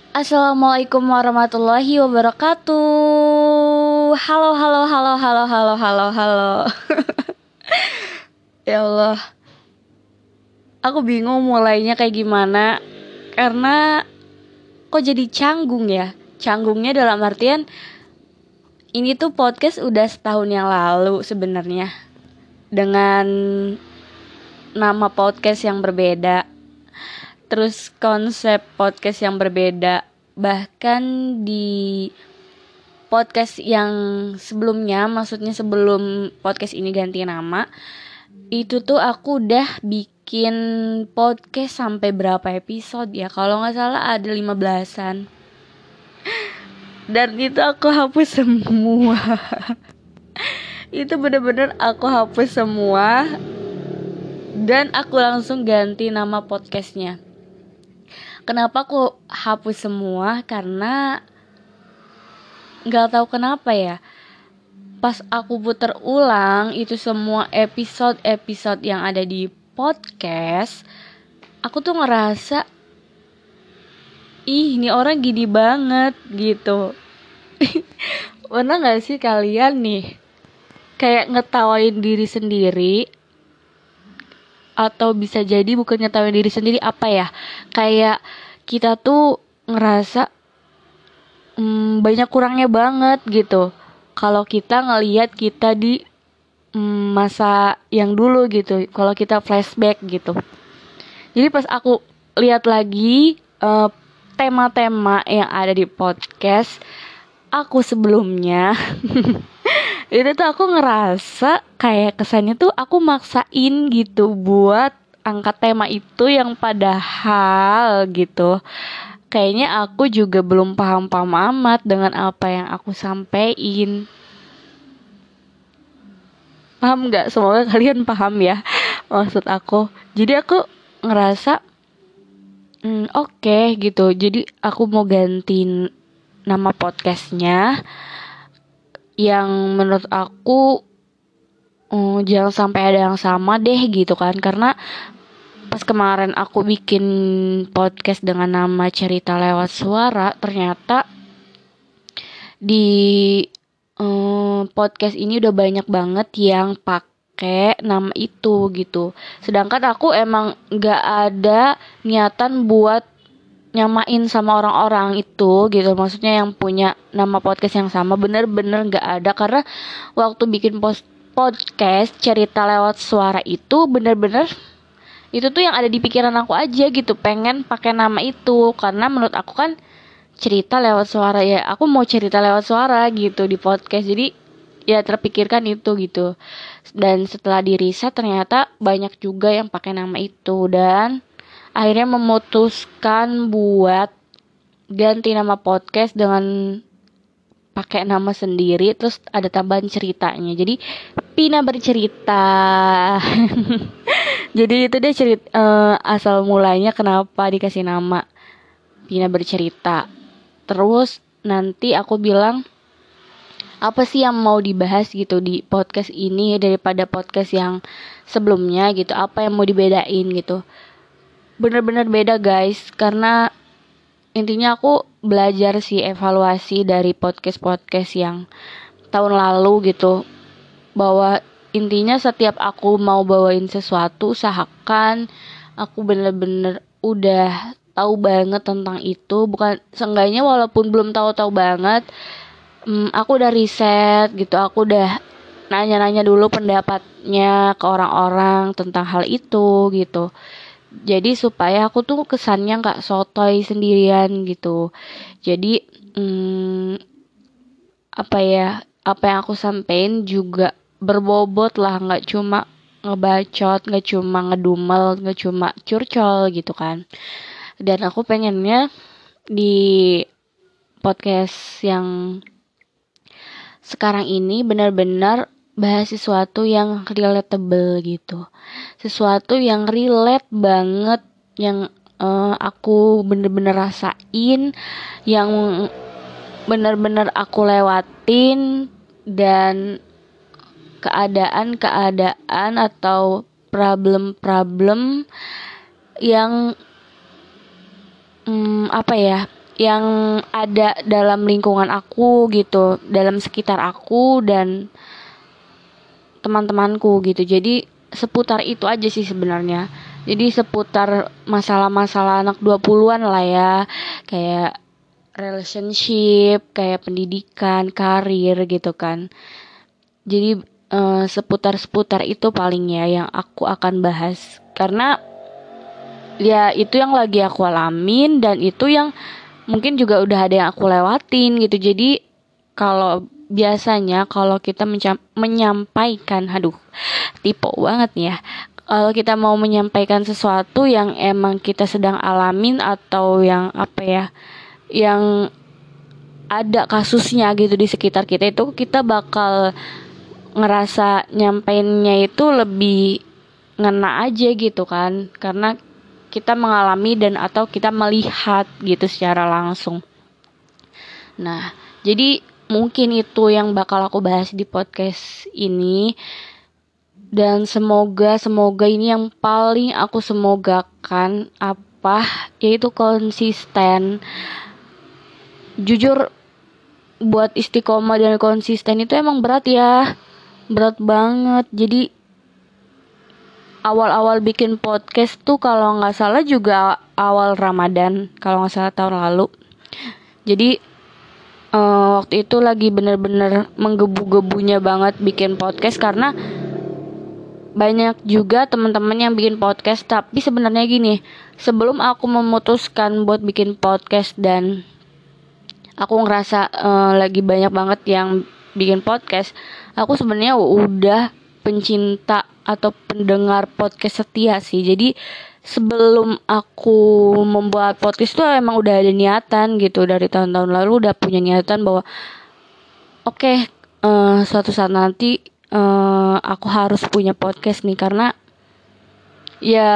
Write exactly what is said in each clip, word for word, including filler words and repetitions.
Assalamualaikum warahmatullahi wabarakatuh. Halo, halo, halo, halo, halo, halo, halo. Ya Allah, aku bingung mulainya kayak gimana. Karena kok jadi canggung ya. Canggungnya dalam artian ini tuh podcast udah setahun yang lalu sebenarnya, dengan nama podcast yang berbeda, terus konsep podcast yang berbeda. Bahkan di podcast yang sebelumnya, maksudnya sebelum podcast ini ganti nama, itu tuh aku udah bikin podcast sampai berapa episode ya, kalau nggak salah ada lima belasan. Dan itu aku hapus semua. Itu bener-bener aku hapus semua. Dan aku langsung ganti nama podcastnya. Kenapa aku hapus semua? Karena gak tahu kenapa ya, pas aku puter ulang itu semua episode-episode yang ada di podcast, aku tuh ngerasa, ih ini orang gini banget gitu. Pernah gak sih kalian nih kayak ngetawain diri sendiri, atau bisa jadi bukan ngetawain diri sendiri, apa ya, kayak kita tuh ngerasa hmm, banyak kurangnya banget gitu kalau kita ngelihat kita di mm, masa yang dulu gitu, kalau kita flashback gitu. Jadi pas aku lihat lagi uh, tema-tema yang ada di podcast aku sebelumnya, itu tuh aku ngerasa kayak kesannya tuh aku maksain gitu buat angkat tema itu, yang padahal gitu kayaknya aku juga belum paham-paham amat dengan apa yang aku sampein. Paham gak? Semoga kalian paham ya maksud aku. Jadi aku ngerasa hmm, oke okay, gitu. Jadi aku mau ganti nama podcastnya yang menurut aku hmm, jangan sampai ada yang sama deh gitu kan. Karena pas kemarin aku bikin podcast dengan nama Cerita Lewat Suara, ternyata di um, podcast ini udah banyak banget yang pakai nama itu gitu. Sedangkan aku emang gak ada niatan buat nyamain sama orang-orang itu gitu. Maksudnya yang punya nama podcast yang sama, bener-bener gak ada. Karena waktu bikin post podcast Cerita Lewat Suara itu bener-bener itu tuh yang ada di pikiran aku aja gitu, pengen pakai nama itu. Karena menurut aku kan cerita lewat suara, ya aku mau cerita lewat suara gitu di podcast. Jadi ya terpikirkan itu gitu. Dan setelah di riset ternyata banyak juga yang pakai nama itu, dan akhirnya memutuskan buat ganti nama podcast dengan pakai nama sendiri, terus ada tambahan ceritanya. Jadi Pina bercerita. Jadi itu deh cerita uh, asal mulanya kenapa dikasih nama Pina bercerita. Terus nanti aku bilang apa sih yang mau dibahas gitu di podcast ini daripada podcast yang sebelumnya gitu, apa yang mau dibedain gitu. Bener-bener beda guys, karena intinya aku belajar sih evaluasi dari podcast-podcast yang tahun lalu gitu, bahwa intinya setiap aku mau bawain sesuatu usahakan aku bener-bener udah tahu banget tentang itu. Bukan seenggaknya walaupun belum tahu-tahu banget, hmm, aku udah riset gitu, aku udah nanya-nanya dulu pendapatnya ke orang-orang tentang hal itu gitu. Jadi supaya aku tuh kesannya gak sotoy sendirian gitu. Jadi hmm, apa ya, apa yang aku sampein juga berbobot lah, gak cuma ngebacot, gak cuma ngedumel, gak cuma curcol gitu kan. Dan aku pengennya di podcast yang sekarang ini benar-benar bahas sesuatu yang relatable gitu, sesuatu yang relate banget, yang uh, aku bener-bener rasain, yang bener-bener aku lewatin, dan keadaan-keadaan atau problem-problem yang hmm, apa ya, yang ada dalam lingkungan aku gitu, dalam sekitar aku dan teman-temanku gitu. Jadi seputar itu aja sih sebenarnya. Jadi seputar masalah-masalah anak dua puluhan lah ya. Kayak relationship, kayak pendidikan, karir gitu kan. Jadi uh, seputar-seputar itu paling ya yang aku akan bahas. Karena ya itu yang lagi aku alamin dan itu yang mungkin juga udah ada yang aku lewatin gitu. Jadi kalau biasanya kalau kita mencam- menyampaikan, aduh, tipe banget nih ya. Kalau kita mau menyampaikan sesuatu yang emang kita sedang alamin atau yang apa ya, yang ada kasusnya gitu di sekitar kita, itu kita bakal ngerasa nyampainnya itu lebih ngena aja gitu kan, karena kita mengalami dan atau kita melihat gitu secara langsung. Nah, jadi mungkin itu yang bakal aku bahas di podcast ini. Dan semoga, semoga ini yang paling aku semogakan apa, yaitu konsisten. Jujur, buat istiqomah dan konsisten itu emang berat ya. Berat banget. Jadi awal-awal bikin podcast tuh kalau nggak salah juga awal Ramadan, kalau nggak salah tahun lalu. Jadi uh, waktu itu lagi bener-bener menggebu-gebunya banget bikin podcast karena banyak juga teman-teman yang bikin podcast. Tapi sebenarnya gini, sebelum aku memutuskan buat bikin podcast dan aku ngerasa uh, lagi banyak banget yang bikin podcast, aku sebenarnya udah pencinta atau pendengar podcast setia sih. Jadi sebelum aku membuat podcast tuh emang udah ada niatan gitu, dari tahun-tahun lalu udah punya niatan bahwa oke, okay, uh, suatu saat nanti uh, aku harus punya podcast nih, karena ya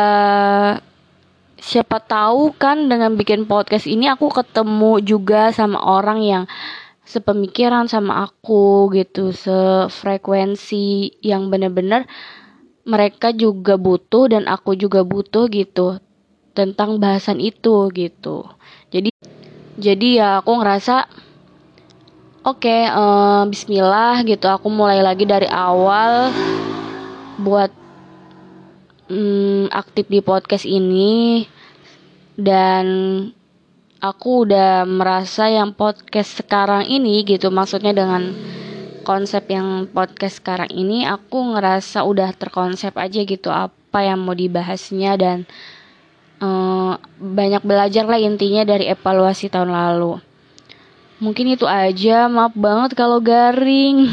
siapa tahu kan dengan bikin podcast ini aku ketemu juga sama orang yang sepemikiran sama aku gitu, sefrekuensi, yang benar-benar mereka juga butuh dan aku juga butuh gitu tentang bahasan itu gitu. Jadi jadi ya aku ngerasa oke, okay, uh, bismillah gitu, aku mulai lagi dari awal buat um, aktif di podcast ini. Dan aku udah merasa yang podcast sekarang ini gitu, maksudnya dengan konsep yang podcast sekarang ini, aku ngerasa udah terkonsep aja gitu apa yang mau dibahasnya. Dan uh, banyak belajar lah intinya dari evaluasi tahun lalu. Mungkin itu aja, maaf banget kalau garing.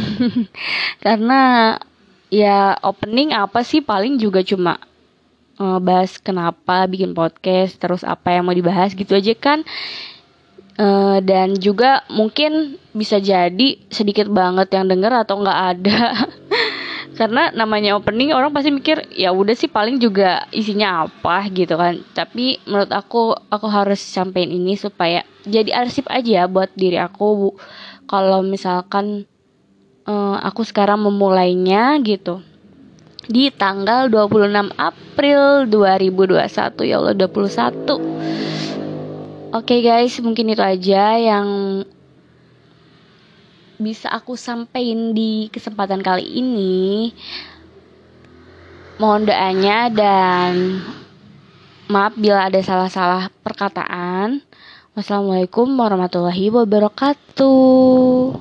Karena ya opening apa sih, paling juga cuma uh, bahas kenapa bikin podcast, terus apa yang mau dibahas gitu aja kan. Uh, dan juga mungkin bisa jadi sedikit banget yang denger atau nggak ada. Karena namanya opening, orang pasti mikir ya udah sih paling juga isinya apa gitu kan. Tapi menurut aku, aku harus sampein ini supaya jadi arsip aja buat diri aku. Kalau misalkan uh, aku sekarang memulainya gitu di tanggal dua puluh enam April dua ribu dua puluh satu. Ya Allah, dua puluh satu. Oke okay guys, mungkin itu aja yang bisa aku sampaikan di kesempatan kali ini. Mohon doanya dan maaf bila ada salah-salah perkataan. Wassalamualaikum warahmatullahi wabarakatuh.